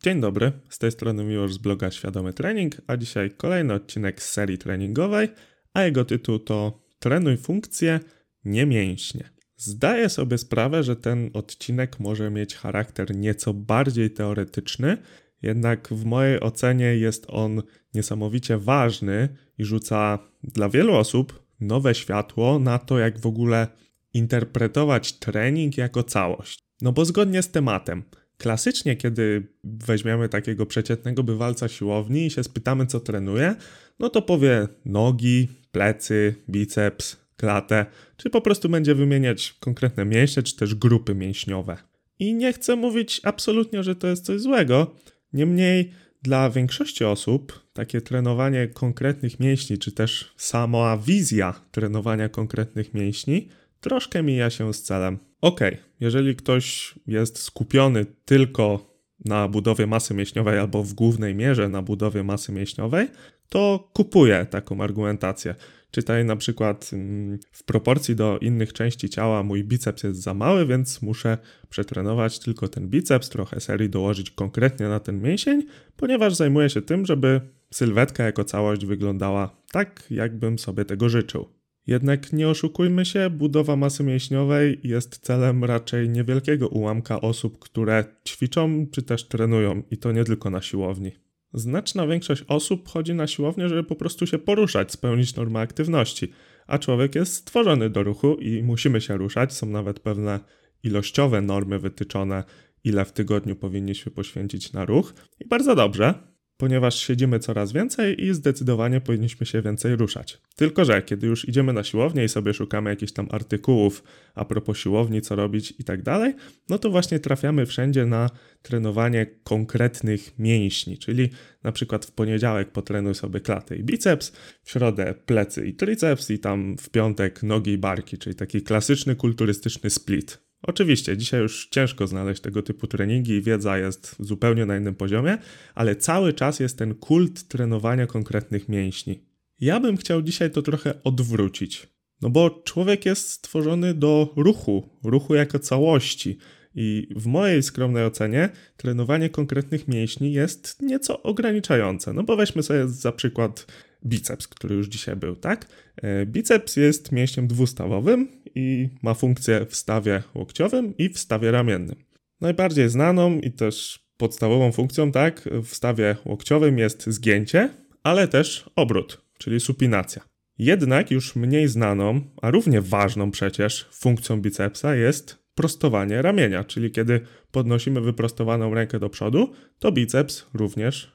Dzień dobry, z tej strony Miłosz z bloga Świadomy Trening, a dzisiaj kolejny odcinek z serii treningowej, a jego tytuł to Trenuj funkcje, nie mięśnie. Zdaję sobie sprawę, że ten odcinek może mieć charakter nieco bardziej teoretyczny, jednak w mojej ocenie jest on niesamowicie ważny i rzuca dla wielu osób nowe światło na to, jak w ogóle interpretować trening jako całość. No bo zgodnie z tematem, klasycznie, kiedy weźmiemy takiego przeciętnego bywalca siłowni i się spytamy, co trenuje, no to powie nogi, plecy, biceps, klatę, czy po prostu będzie wymieniać konkretne mięśnie, czy też grupy mięśniowe. I nie chcę mówić absolutnie, że to jest coś złego, niemniej dla większości osób takie trenowanie konkretnych mięśni, czy też sama wizja trenowania konkretnych mięśni troszkę mija się z celem. Jeżeli ktoś jest skupiony tylko na budowie masy mięśniowej albo w głównej mierze na budowie masy mięśniowej, to kupuje taką argumentację. Czytaj na przykład w proporcji do innych części ciała mój biceps jest za mały, więc muszę przetrenować tylko ten biceps, trochę serii dołożyć konkretnie na ten mięsień, ponieważ zajmuję się tym, żeby sylwetka jako całość wyglądała tak, jakbym sobie tego życzył. Jednak nie oszukujmy się, budowa masy mięśniowej jest celem raczej niewielkiego ułamka osób, które ćwiczą czy też trenują i to nie tylko na siłowni. Znaczna większość osób chodzi na siłownię, żeby po prostu się poruszać, spełnić normę aktywności, a człowiek jest stworzony do ruchu i musimy się ruszać, są nawet pewne ilościowe normy wytyczone, ile w tygodniu powinniśmy poświęcić na ruch i bardzo dobrze, ponieważ siedzimy coraz więcej i zdecydowanie powinniśmy się więcej ruszać. Tylko że kiedy już idziemy na siłownię i sobie szukamy jakichś tam artykułów a propos siłowni, co robić i tak dalej, no to właśnie trafiamy wszędzie na trenowanie konkretnych mięśni, czyli na przykład w poniedziałek potrenuj sobie klatę i biceps, w środę plecy i triceps i tam w piątek nogi i barki, czyli taki klasyczny kulturystyczny split. Oczywiście, dzisiaj już ciężko znaleźć tego typu treningi i wiedza jest zupełnie na innym poziomie, ale cały czas jest ten kult trenowania konkretnych mięśni. Ja bym chciał dzisiaj to trochę odwrócić, no bo człowiek jest stworzony do ruchu jako całości i w mojej skromnej ocenie trenowanie konkretnych mięśni jest nieco ograniczające, no bo weźmy sobie za przykład biceps, który już dzisiaj był, tak? Biceps jest mięśniem dwustawowym i ma funkcję w stawie łokciowym i w stawie ramiennym. Najbardziej znaną i też podstawową funkcją, tak, w stawie łokciowym jest zgięcie, ale też obrót, czyli supinacja. Jednak już mniej znaną, a równie ważną przecież funkcją bicepsa jest prostowanie ramienia, czyli kiedy podnosimy wyprostowaną rękę do przodu, to biceps również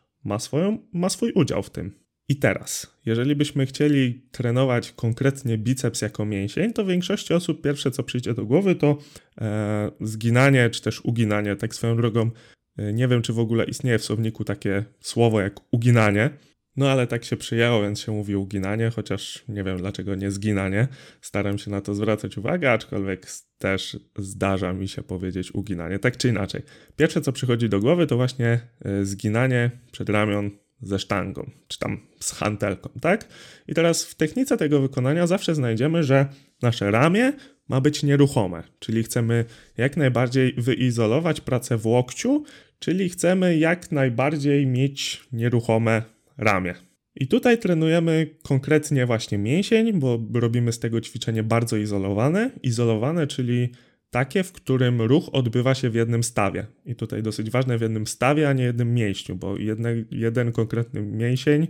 ma swój udział w tym. I teraz, jeżeli byśmy chcieli trenować konkretnie biceps jako mięsień, to większości osób pierwsze co przyjdzie do głowy to zginanie czy też uginanie. Tak swoją drogą, nie wiem czy w ogóle istnieje w słowniku takie słowo jak uginanie, no ale tak się przyjęło, więc się mówi uginanie, chociaż nie wiem dlaczego nie zginanie. Staram się na to zwracać uwagę, aczkolwiek też zdarza mi się powiedzieć uginanie, tak czy inaczej. Pierwsze co przychodzi do głowy to właśnie zginanie przedramion ze sztangą, czy tam z hantelką, tak? I teraz w technice tego wykonania zawsze znajdziemy, że nasze ramię ma być nieruchome, czyli chcemy jak najbardziej wyizolować pracę w łokciu, czyli chcemy jak najbardziej mieć nieruchome ramię. I tutaj trenujemy konkretnie właśnie mięsień, bo robimy z tego ćwiczenie bardzo izolowane, czyli takie, w którym ruch odbywa się w jednym stawie. I tutaj dosyć ważne w jednym stawie, a nie jednym mięśniu, bo jeden konkretny mięsień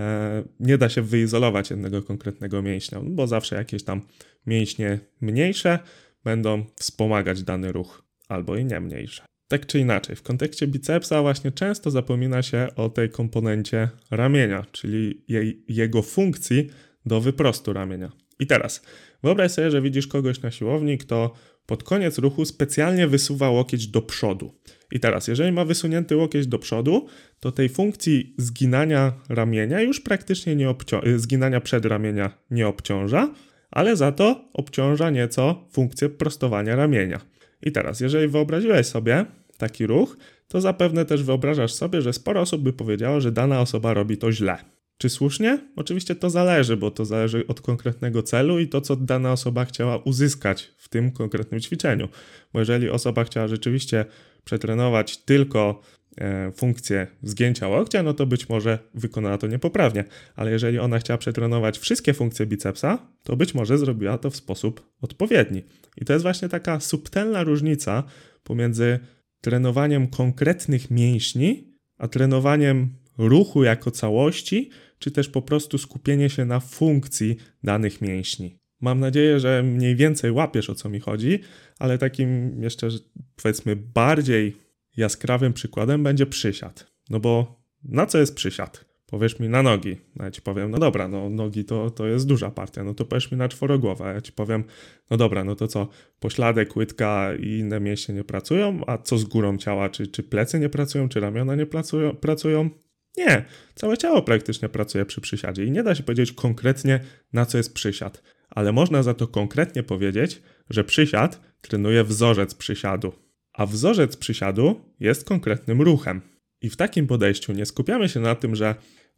nie da się wyizolować jednego konkretnego mięśnia, bo zawsze jakieś tam mięśnie mniejsze będą wspomagać dany ruch, albo i nie mniejsze. Tak czy inaczej, w kontekście bicepsa właśnie często zapomina się o tej komponencie ramienia, czyli jego funkcji do wyprostu ramienia. I teraz wyobraź sobie, że widzisz kogoś na siłowni, kto pod koniec ruchu specjalnie wysuwa łokieć do przodu. I teraz, jeżeli ma wysunięty łokieć do przodu, to tej funkcji zginania ramienia już praktycznie zginania przedramienia nie obciąża, ale za to obciąża nieco funkcję prostowania ramienia. I teraz, jeżeli wyobraziłeś sobie taki ruch, to zapewne też wyobrażasz sobie, że sporo osób by powiedziało, że dana osoba robi to źle. Czy słusznie? Oczywiście to zależy, bo to zależy od konkretnego celu i to, co dana osoba chciała uzyskać w tym konkretnym ćwiczeniu. Bo jeżeli osoba chciała rzeczywiście przetrenować tylko funkcję zgięcia łokcia, no to być może wykonała to niepoprawnie, ale jeżeli ona chciała przetrenować wszystkie funkcje bicepsa, to być może zrobiła to w sposób odpowiedni. I to jest właśnie taka subtelna różnica pomiędzy trenowaniem konkretnych mięśni, a trenowaniem ruchu jako całości, czy też po prostu skupienie się na funkcji danych mięśni. Mam nadzieję, że mniej więcej łapiesz, o co mi chodzi, ale takim jeszcze, powiedzmy, bardziej jaskrawym przykładem będzie przysiad. No bo na co jest przysiad? Powiesz mi na nogi. No ja ci powiem, no dobra, no nogi to jest duża partia, no to powiesz mi na czworogłowę. Ja ci powiem, no dobra, no to co, pośladek, łydka i inne mięśnie nie pracują, a co z górą ciała? Czy plecy nie pracują, czy ramiona nie pracują? Nie, całe ciało praktycznie pracuje przy przysiadzie i nie da się powiedzieć konkretnie, na co jest przysiad. Ale można za to konkretnie powiedzieć, że przysiad trenuje wzorzec przysiadu. A wzorzec przysiadu jest konkretnym ruchem. I w takim podejściu nie skupiamy się na tym, że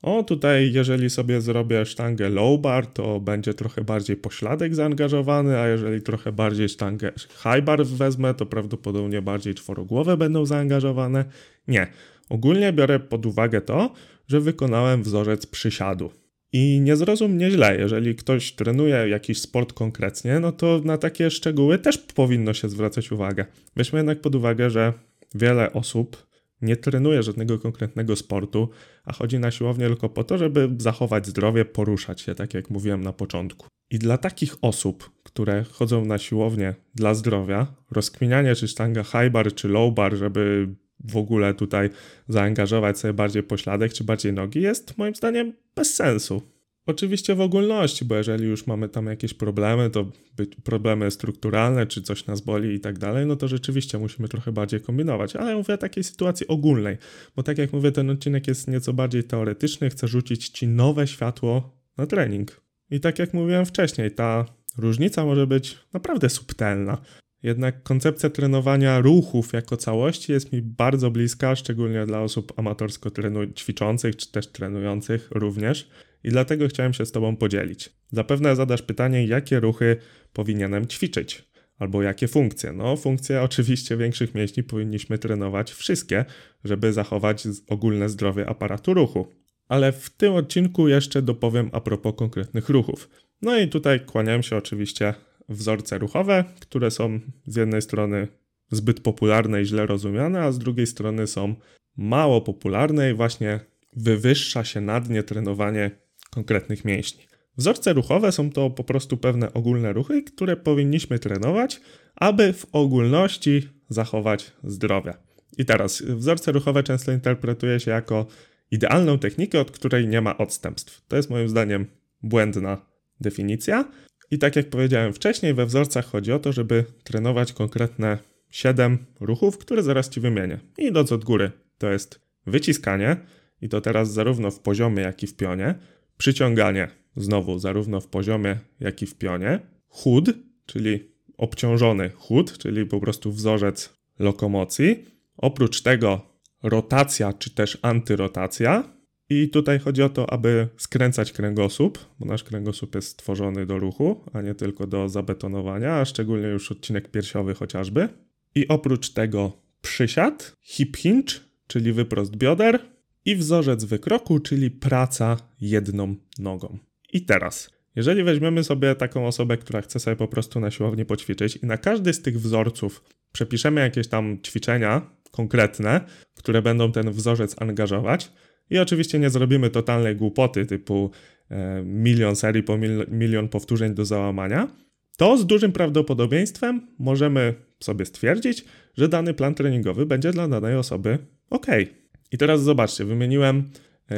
tutaj jeżeli sobie zrobię sztangę low bar, to będzie trochę bardziej pośladek zaangażowany, a jeżeli trochę bardziej sztangę high bar wezmę, to prawdopodobnie bardziej czworogłowe będą zaangażowane. Nie. Ogólnie biorę pod uwagę to, że wykonałem wzorzec przysiadu. I nie zrozum mnie źle, jeżeli ktoś trenuje jakiś sport konkretnie, no to na takie szczegóły też powinno się zwracać uwagę. Weźmy jednak pod uwagę, że wiele osób nie trenuje żadnego konkretnego sportu, a chodzi na siłownię tylko po to, żeby zachować zdrowie, poruszać się, tak jak mówiłem na początku. I dla takich osób, które chodzą na siłownię dla zdrowia, rozkminianie czy sztanga high bar czy low bar, żeby w ogóle tutaj zaangażować sobie bardziej pośladek czy bardziej nogi, jest moim zdaniem bez sensu. Oczywiście w ogólności, bo jeżeli już mamy tam jakieś problemy, to problemy strukturalne, czy coś nas boli i tak dalej, no to rzeczywiście musimy trochę bardziej kombinować. Ale mówię o takiej sytuacji ogólnej, bo tak jak mówię, ten odcinek jest nieco bardziej teoretyczny, chcę rzucić Ci nowe światło na trening. I tak jak mówiłem wcześniej, ta różnica może być naprawdę subtelna. Jednak koncepcja trenowania ruchów jako całości jest mi bardzo bliska, szczególnie dla osób amatorsko ćwiczących, czy też trenujących również. I dlatego chciałem się z Tobą podzielić. Zapewne zadasz pytanie, jakie ruchy powinienem ćwiczyć, albo jakie funkcje. No, funkcje oczywiście większych mięśni powinniśmy trenować wszystkie, żeby zachować ogólne zdrowie aparatu ruchu. Ale w tym odcinku jeszcze dopowiem a propos konkretnych ruchów. No i tutaj kłaniałem się oczywiście wzorce ruchowe, które są z jednej strony zbyt popularne i źle rozumiane, a z drugiej strony są mało popularne i właśnie wywyższa się nad nie trenowanie konkretnych mięśni. Wzorce ruchowe są to po prostu pewne ogólne ruchy, które powinniśmy trenować, aby w ogólności zachować zdrowie. I teraz wzorce ruchowe często interpretuje się jako idealną technikę, od której nie ma odstępstw. To jest moim zdaniem błędna definicja. I tak jak powiedziałem wcześniej, we wzorcach chodzi o to, żeby trenować konkretne 7 ruchów, które zaraz Ci wymienię. I idąc od góry, to jest wyciskanie, i to teraz zarówno w poziomie, jak i w pionie, przyciąganie, znowu zarówno w poziomie, jak i w pionie, chód, czyli obciążony chód, czyli po prostu wzorzec lokomocji, oprócz tego rotacja, czy też antyrotacja. I tutaj chodzi o to, aby skręcać kręgosłup, bo nasz kręgosłup jest stworzony do ruchu, a nie tylko do zabetonowania, a szczególnie już odcinek piersiowy chociażby. I oprócz tego przysiad, hip hinge, czyli wyprost bioder i wzorzec wykroku, czyli praca jedną nogą. I teraz, jeżeli weźmiemy sobie taką osobę, która chce sobie po prostu na siłowni poćwiczyć i na każdy z tych wzorców przepiszemy jakieś tam ćwiczenia konkretne, które będą ten wzorzec angażować, i oczywiście nie zrobimy totalnej głupoty typu milion serii po milion powtórzeń do załamania, to z dużym prawdopodobieństwem możemy sobie stwierdzić, że dany plan treningowy będzie dla danej osoby ok. I teraz zobaczcie, wymieniłem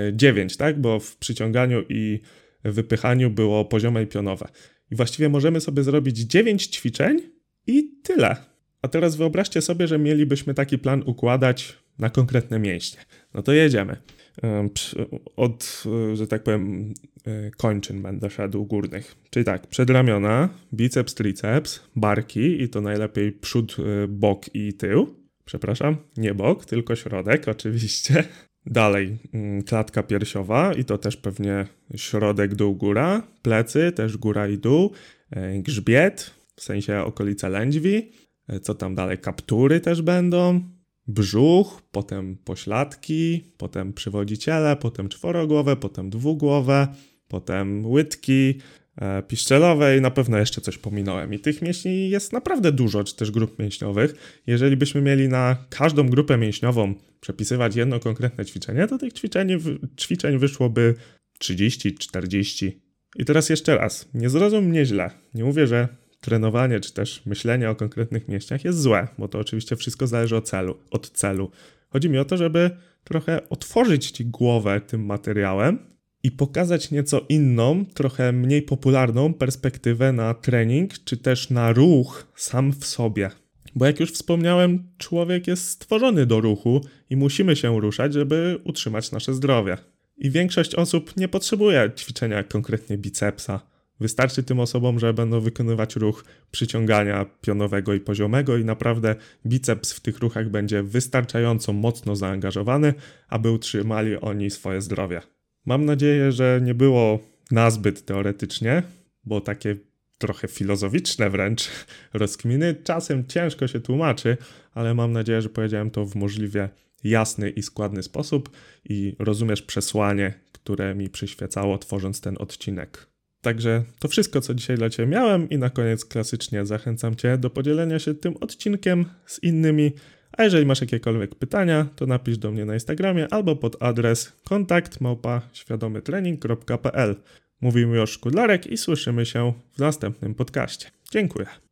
9, tak? Bo w przyciąganiu i wypychaniu było poziome i pionowe. I właściwie możemy sobie zrobić 9 ćwiczeń i tyle. A teraz wyobraźcie sobie, że mielibyśmy taki plan układać na konkretne mięśnie. No to jedziemy. Od, że tak powiem, kończyn będę szedł górnych. Czyli tak, przedramiona, biceps, triceps, barki i to najlepiej przód, bok i tył. Przepraszam, nie bok, tylko środek oczywiście. Dalej, klatka piersiowa i to też pewnie środek, dół, góra. Plecy, też góra i dół. Grzbiet, w sensie okolice lędźwi. Co tam dalej? Kaptury też będą. brzuch, potem pośladki, potem przywodziciele, potem czworogłowe, potem dwugłowe, potem łydki, piszczelowe i na pewno jeszcze coś pominąłem. I tych mięśni jest naprawdę dużo, czy też grup mięśniowych. Jeżeli byśmy mieli na każdą grupę mięśniową przepisywać jedno konkretne ćwiczenie, to tych ćwiczeń wyszłoby 30, 40. I teraz jeszcze raz, nie zrozum mnie źle. Nie mówię, że trenowanie czy też myślenie o konkretnych mięśniach jest złe, bo to oczywiście wszystko zależy od celu. Chodzi mi o to, żeby trochę otworzyć ci głowę tym materiałem i pokazać nieco inną, trochę mniej popularną perspektywę na trening, czy też na ruch sam w sobie. Bo jak już wspomniałem, człowiek jest stworzony do ruchu i musimy się ruszać, żeby utrzymać nasze zdrowie. I większość osób nie potrzebuje ćwiczenia konkretnie bicepsa. Wystarczy tym osobom, że będą wykonywać ruch przyciągania pionowego i poziomego i naprawdę biceps w tych ruchach będzie wystarczająco mocno zaangażowany, aby utrzymali oni swoje zdrowie. Mam nadzieję, że nie było nazbyt teoretycznie, bo takie trochę filozoficzne wręcz rozkminy czasem ciężko się tłumaczy, ale mam nadzieję, że powiedziałem to w możliwie jasny i składny sposób i rozumiesz przesłanie, które mi przyświecało tworząc ten odcinek. Także to wszystko, co dzisiaj dla Ciebie miałem i na koniec klasycznie zachęcam Cię do podzielenia się tym odcinkiem z innymi, a jeżeli masz jakiekolwiek pytania, to napisz do mnie na Instagramie albo pod adres kontakt@świadomytrening.pl. Mówił Miłosz Kudlarek i słyszymy się w następnym podcaście. Dziękuję.